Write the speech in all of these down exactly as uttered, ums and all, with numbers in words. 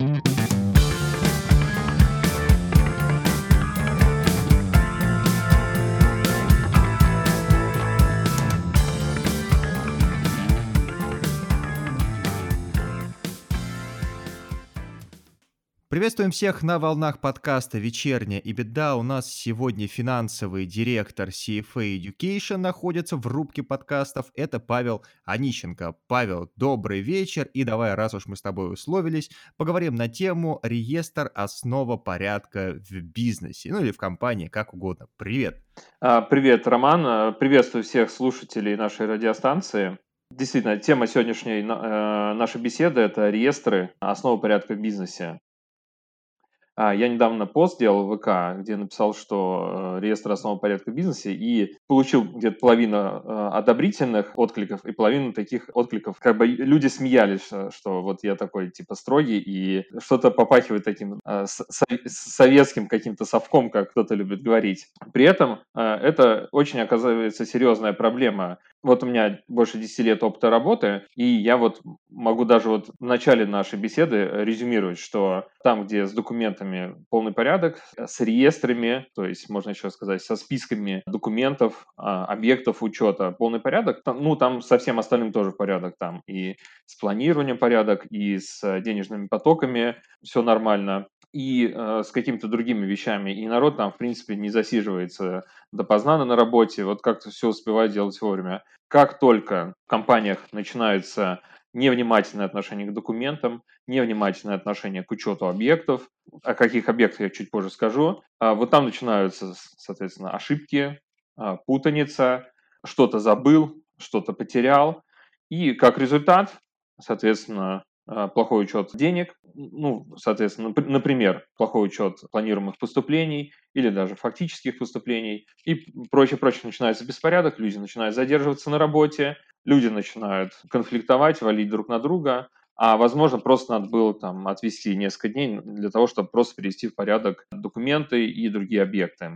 Приветствуем всех на волнах подкаста «Вечерняя EBITDA». У нас сегодня финансовый директор си эф эй Education находится в рубке подкастов. Это Павел Онищенко. Павел, добрый вечер. И давай, раз уж мы с тобой условились, поговорим на тему «Реестр – основа порядка в бизнесе». Ну или в компании, как угодно. Привет. Привет, Роман. Приветствую всех слушателей нашей радиостанции. Действительно, тема сегодняшней нашей беседы – это реестры – основа порядка в бизнесе. Я недавно пост сделал в ВК, где написал, что реестр основа порядка в бизнесе, и получил где-то половину одобрительных откликов и половину таких откликов. Как бы люди смеялись, что вот я такой типа строгий и что-то попахивает таким советским каким-то совком, как кто-то любит говорить. При этом это очень, оказывается, серьезная проблема. Вот у меня больше десяти лет опыта работы, и я вот могу даже вот в начале нашей беседы резюмировать, что там, где с документами полный порядок, с реестрами, то есть, можно еще сказать, со списками документов, объектов учета полный порядок, ну, там со всем остальным тоже порядок, там и с планированием порядок, и с денежными потоками все нормально, и э, с какими-то другими вещами. И народ там, в принципе, не засиживается допоздна на работе, вот как-то все успевает делать вовремя. Как только в компаниях начинается невнимательное отношение к документам, невнимательное отношение к учету объектов, о каких объектах я чуть позже скажу, вот там начинаются, соответственно, ошибки, путаница, что-то забыл, что-то потерял, и как результат, соответственно, плохой учет денег, ну, соответственно, например, плохой учет планируемых поступлений или даже фактических поступлений и прочее, прочее, начинается беспорядок, люди начинают задерживаться на работе, люди начинают конфликтовать, валить друг на друга, а, возможно, просто надо было там отвести несколько дней для того, чтобы просто привести в порядок документы и другие объекты.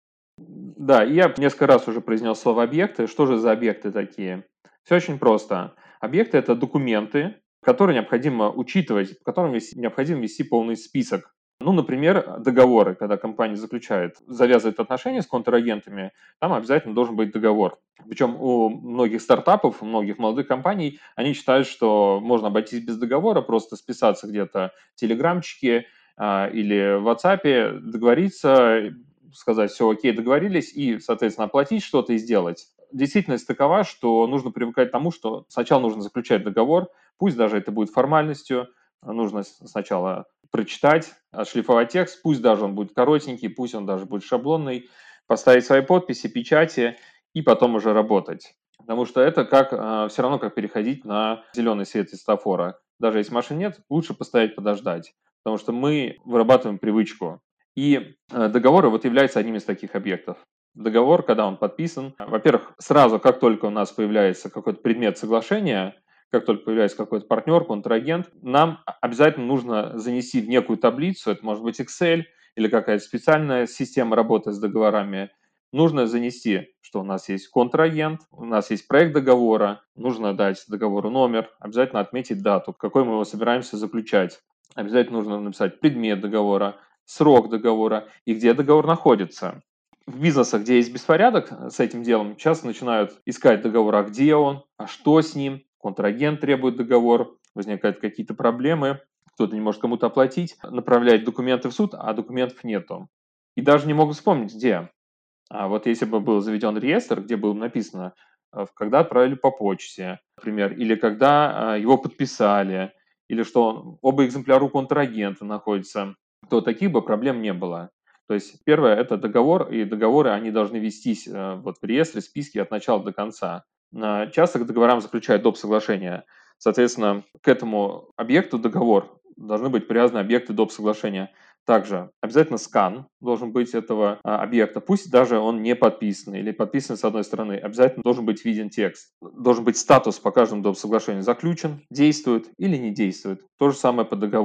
Да, и я несколько раз уже произнес слово «объекты». Что же за объекты такие? Все очень просто. Объекты – это документы, которые необходимо учитывать, по которым необходимо вести полный список. Ну, например, договоры, когда компания заключает, завязывает отношения с контрагентами, там обязательно должен быть договор. Причем у многих стартапов, у многих молодых компаний, они считают, что можно обойтись без договора, просто списаться где-то в телеграмчике а, или в WhatsApp, договориться, сказать, все окей, договорились, и, соответственно, оплатить что-то и сделать. Действительность такова, что нужно привыкать к тому, что сначала нужно заключать договор, пусть даже это будет формальностью, нужно сначала прочитать, отшлифовать текст, пусть даже он будет коротенький, пусть он даже будет шаблонный, поставить свои подписи, печати и потом уже работать. Потому что это как, э, все равно как переходить на зеленый свет светофора. Даже если машин нет, лучше постоять, подождать. Потому что мы вырабатываем привычку. И э, договоры вот являются одним из таких объектов. Договор, когда он подписан, во-первых, сразу, как только у нас появляется какой-то предмет соглашения, как только появляется какой-то партнер, контрагент, нам обязательно нужно занести в некую таблицу, это может быть Excel или какая-то специальная система работы с договорами, нужно занести, что у нас есть контрагент, у нас есть проект договора, нужно дать договору номер, обязательно отметить дату, какой мы его собираемся заключать. Обязательно нужно написать предмет договора, срок договора и где договор находится. В бизнесах, где есть беспорядок с этим делом, часто начинают искать договор, а где он, а что с ним, контрагент требует договор, возникают какие-то проблемы, кто-то не может кому-то оплатить, направляет документы в суд, а документов нету. И даже не могут вспомнить, где. А вот если бы был заведен реестр, где было написано, когда отправили по почте, например, или когда его подписали, или что оба экземпляра у контрагента находятся, то таких бы проблем не было. То есть первое – это договор, и договоры, они должны вестись вот в реестре, списке от начала до конца. Часто к договорам заключают доп. Соглашения. Соответственно, к этому объекту договор должны быть привязаны объекты доп. Соглашения. Также обязательно скан должен быть этого а, объекта, пусть даже он не подписан или подписан с одной стороны, обязательно должен быть виден текст. Должен быть статус по каждому доп. Соглашению: заключен, действует или не действует. То же самое по договору.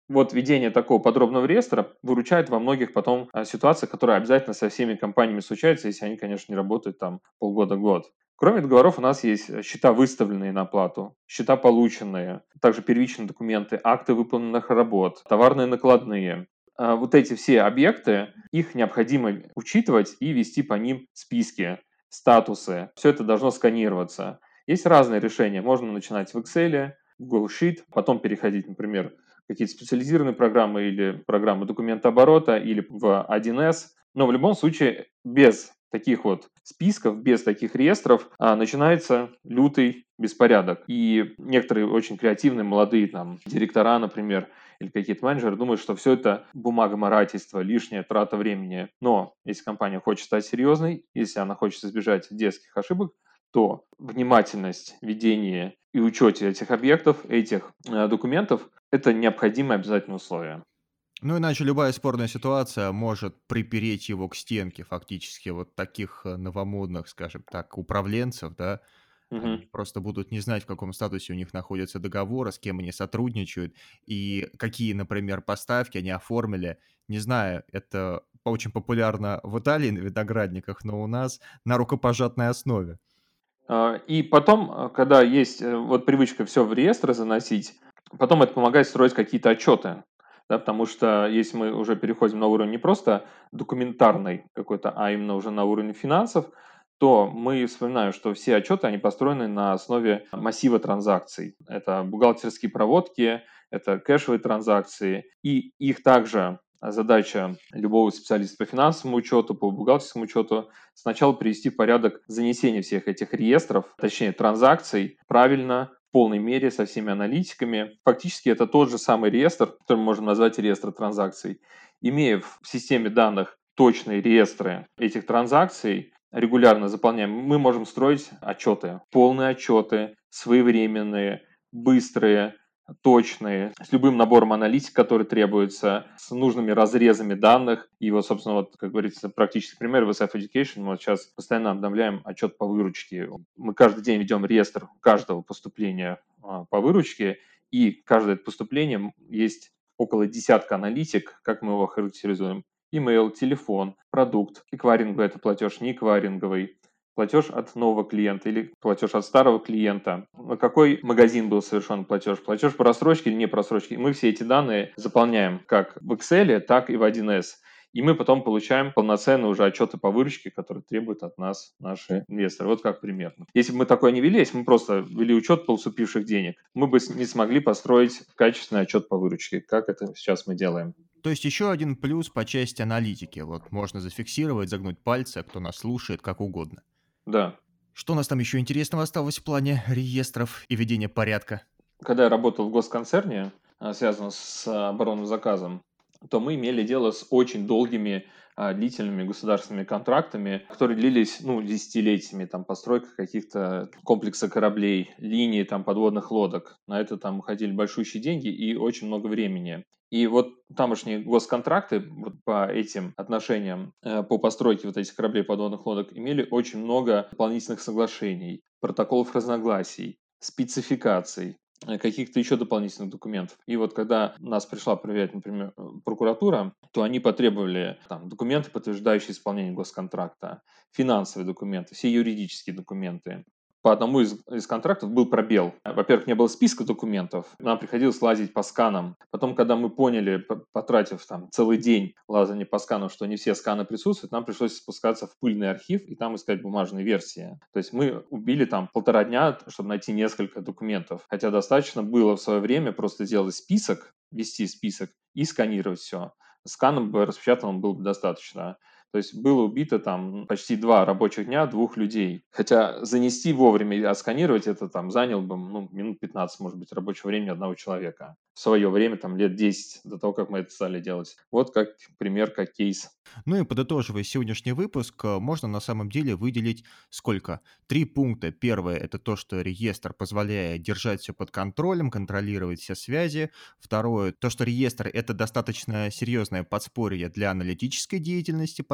Вот ведение такого подробного реестра выручает во многих потом а, ситуациях, которые обязательно со всеми компаниями случаются, если они, конечно, не работают там полгода-год. Кроме договоров у нас есть э, счета, выставленные на оплату, счета, полученные, также первичные документы, акты выполненных работ, товарные накладные. А, Вот эти все объекты, их необходимо учитывать и вести по ним списки, статусы. Все это должно сканироваться. Есть разные решения. Можно начинать в Excel, Google Sheet, потом переходить, например, в какие-то специализированные программы или программы документооборота или в один эс. Но в любом случае без таких вот списков, без таких реестров а, начинается лютый беспорядок. И некоторые очень креативные молодые там директора, например, или какие-то менеджеры думают, что все это бумагоморательство, лишняя трата времени. Но если компания хочет стать серьезной, если она хочет избежать детских ошибок, то внимательность, ведение и учете этих объектов, этих э, документов – это необходимое обязательное условие. Ну, иначе любая спорная ситуация может припереть его к стенке, фактически. Вот таких э, новомодных, скажем так, управленцев, да, Мгм. они просто будут не знать, в каком статусе у них находится договор, с кем они сотрудничают, и какие, например, поставки они оформили. Не знаю, это очень популярно в Италии на виноградниках, но у нас на рукопожатной основе. А, И потом, а, когда есть э, вот привычка все в реестры заносить, потом это помогает строить какие-то отчеты. Да, потому что если мы уже переходим на уровень не просто документарный какой-то, а именно уже на уровень финансов, то мы вспоминаем, что все отчеты, они построены на основе массива транзакций. Это бухгалтерские проводки, это кэшевые транзакции, и их также задача любого специалиста по финансовому учету, по бухгалтерскому учету сначала привести в порядок занесение всех этих реестров, точнее транзакций, правильно, в полной мере, со всеми аналитиками. Фактически это тот же самый реестр, который мы можем назвать реестр транзакций. Имея в системе данных точные реестры этих транзакций, регулярно заполняем, мы можем строить отчеты, полные отчеты, своевременные, быстрые, точные, с любым набором аналитик, который требуется, с нужными разрезами данных. И вот, собственно, вот, как говорится, практический пример в эс эф Education. Мы вот сейчас постоянно обновляем отчет по выручке. Мы каждый день ведем реестр каждого поступления а, по выручке, и каждое это поступление есть около десятка аналитик, как мы его характеризуем. Email, телефон, продукт, эквайринговый это платеж, не эквайринговый, платеж от нового клиента или платеж от старого клиента, на какой магазин был совершен платеж, платеж по рассрочке или не просрочке. И мы все эти данные заполняем как в Excel, так и в один эс. И мы потом получаем полноценные уже отчеты по выручке, которые требуют от нас наши инвесторы. Вот как примерно. Если бы мы такое не вели, если бы мы просто вели учет поступивших денег, мы бы не смогли построить качественный отчет по выручке, как это сейчас мы делаем. То есть еще один плюс по части аналитики. Вот можно зафиксировать, загнуть пальцы, а кто нас слушает, как угодно. Да. Что у нас там еще интересного осталось в плане реестров и ведения порядка? Когда я работал в госконцерне, а, связанном с а, оборонным заказом, то мы имели дело с очень долгими, а, длительными государственными контрактами, которые длились, ну, десятилетиями, там, постройка каких-то комплекса кораблей, линии, там, подводных лодок. На это там уходили большущие деньги и очень много времени. И вот тамошние госконтракты вот по этим отношениям, э, по постройке вот этих кораблей подводных лодок имели очень много дополнительных соглашений, протоколов разногласий, спецификаций, э, каких-то еще дополнительных документов. И вот когда нас пришла проверять, например, э, прокуратура, то они потребовали там, документы, подтверждающие исполнение госконтракта, финансовые документы, все юридические документы. По одному из, из контрактов был пробел. Во-первых, не было списка документов, нам приходилось лазить по сканам. Потом, когда мы поняли, п- потратив там целый день лазания по сканам, что не все сканы присутствуют, нам пришлось спускаться в пыльный архив и там искать бумажные версии. То есть мы убили там полтора дня, чтобы найти несколько документов. Хотя достаточно было в свое время просто сделать список, вести список и сканировать все. Сканом бы распечатанным было бы достаточно. То есть было убито там почти два рабочих дня двух людей. Хотя занести вовремя и отсканировать это там заняло бы ну, минут пятнадцать, может быть, рабочего времени одного человека. В свое время, там лет десять до того, как мы это стали делать. Вот как пример, как кейс. Ну и подытоживая сегодняшний выпуск, э, можно на самом деле выделить сколько? Три пункта. Первое– это то, что реестр позволяет держать все под контролем, контролировать все связи. Второе– то, что реестр– это достаточно серьезное подспорье для аналитической деятельности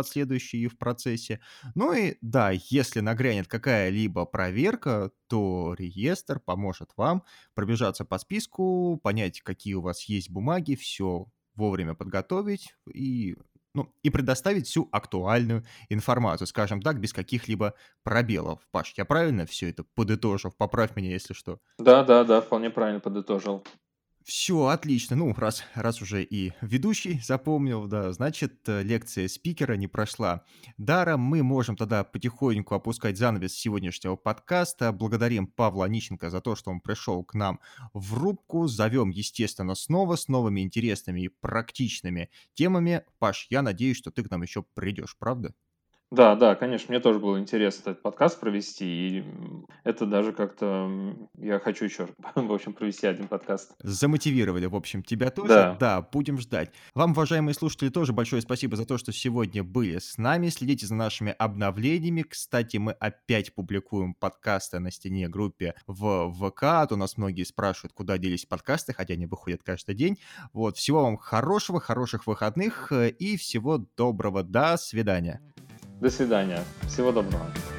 последующие и в процессе. Ну и да, если нагрянет какая-либо проверка, то реестр поможет вам пробежаться по списку, понять, какие у вас есть бумаги, все вовремя подготовить и, ну, и предоставить всю актуальную информацию, скажем так, без каких-либо пробелов. Паш, я правильно все это подытожил? Поправь меня, если что. Да, да, да, вполне правильно подытожил. Все отлично. Ну, раз раз уже и ведущий запомнил, да, значит, э, лекция спикера не прошла даром. Мы можем тогда потихоньку опускать занавес сегодняшнего подкаста. Благодарим Павла Онищенко за то, что он пришел к нам в рубку. Зовем, естественно, снова с новыми интересными и практичными темами. Паш, я надеюсь, что ты к нам еще придешь, правда? Да, да, конечно, мне тоже было интересно этот подкаст провести, и м, это даже как-то м, я хочу еще, в общем, провести один подкаст. Замотивировали, в общем, тебя тоже. Да, Да, будем ждать. Вам, уважаемые слушатели, тоже большое спасибо за то, что сегодня были с нами. Следите за нашими обновлениями. Кстати, мы опять публикуем подкасты на стене группе в ВК. А то нас многие спрашивают, куда делись подкасты, хотя они выходят каждый день. Вот, всего вам хорошего, хороших выходных э, и всего доброго. До свидания. до свидания, всего доброго.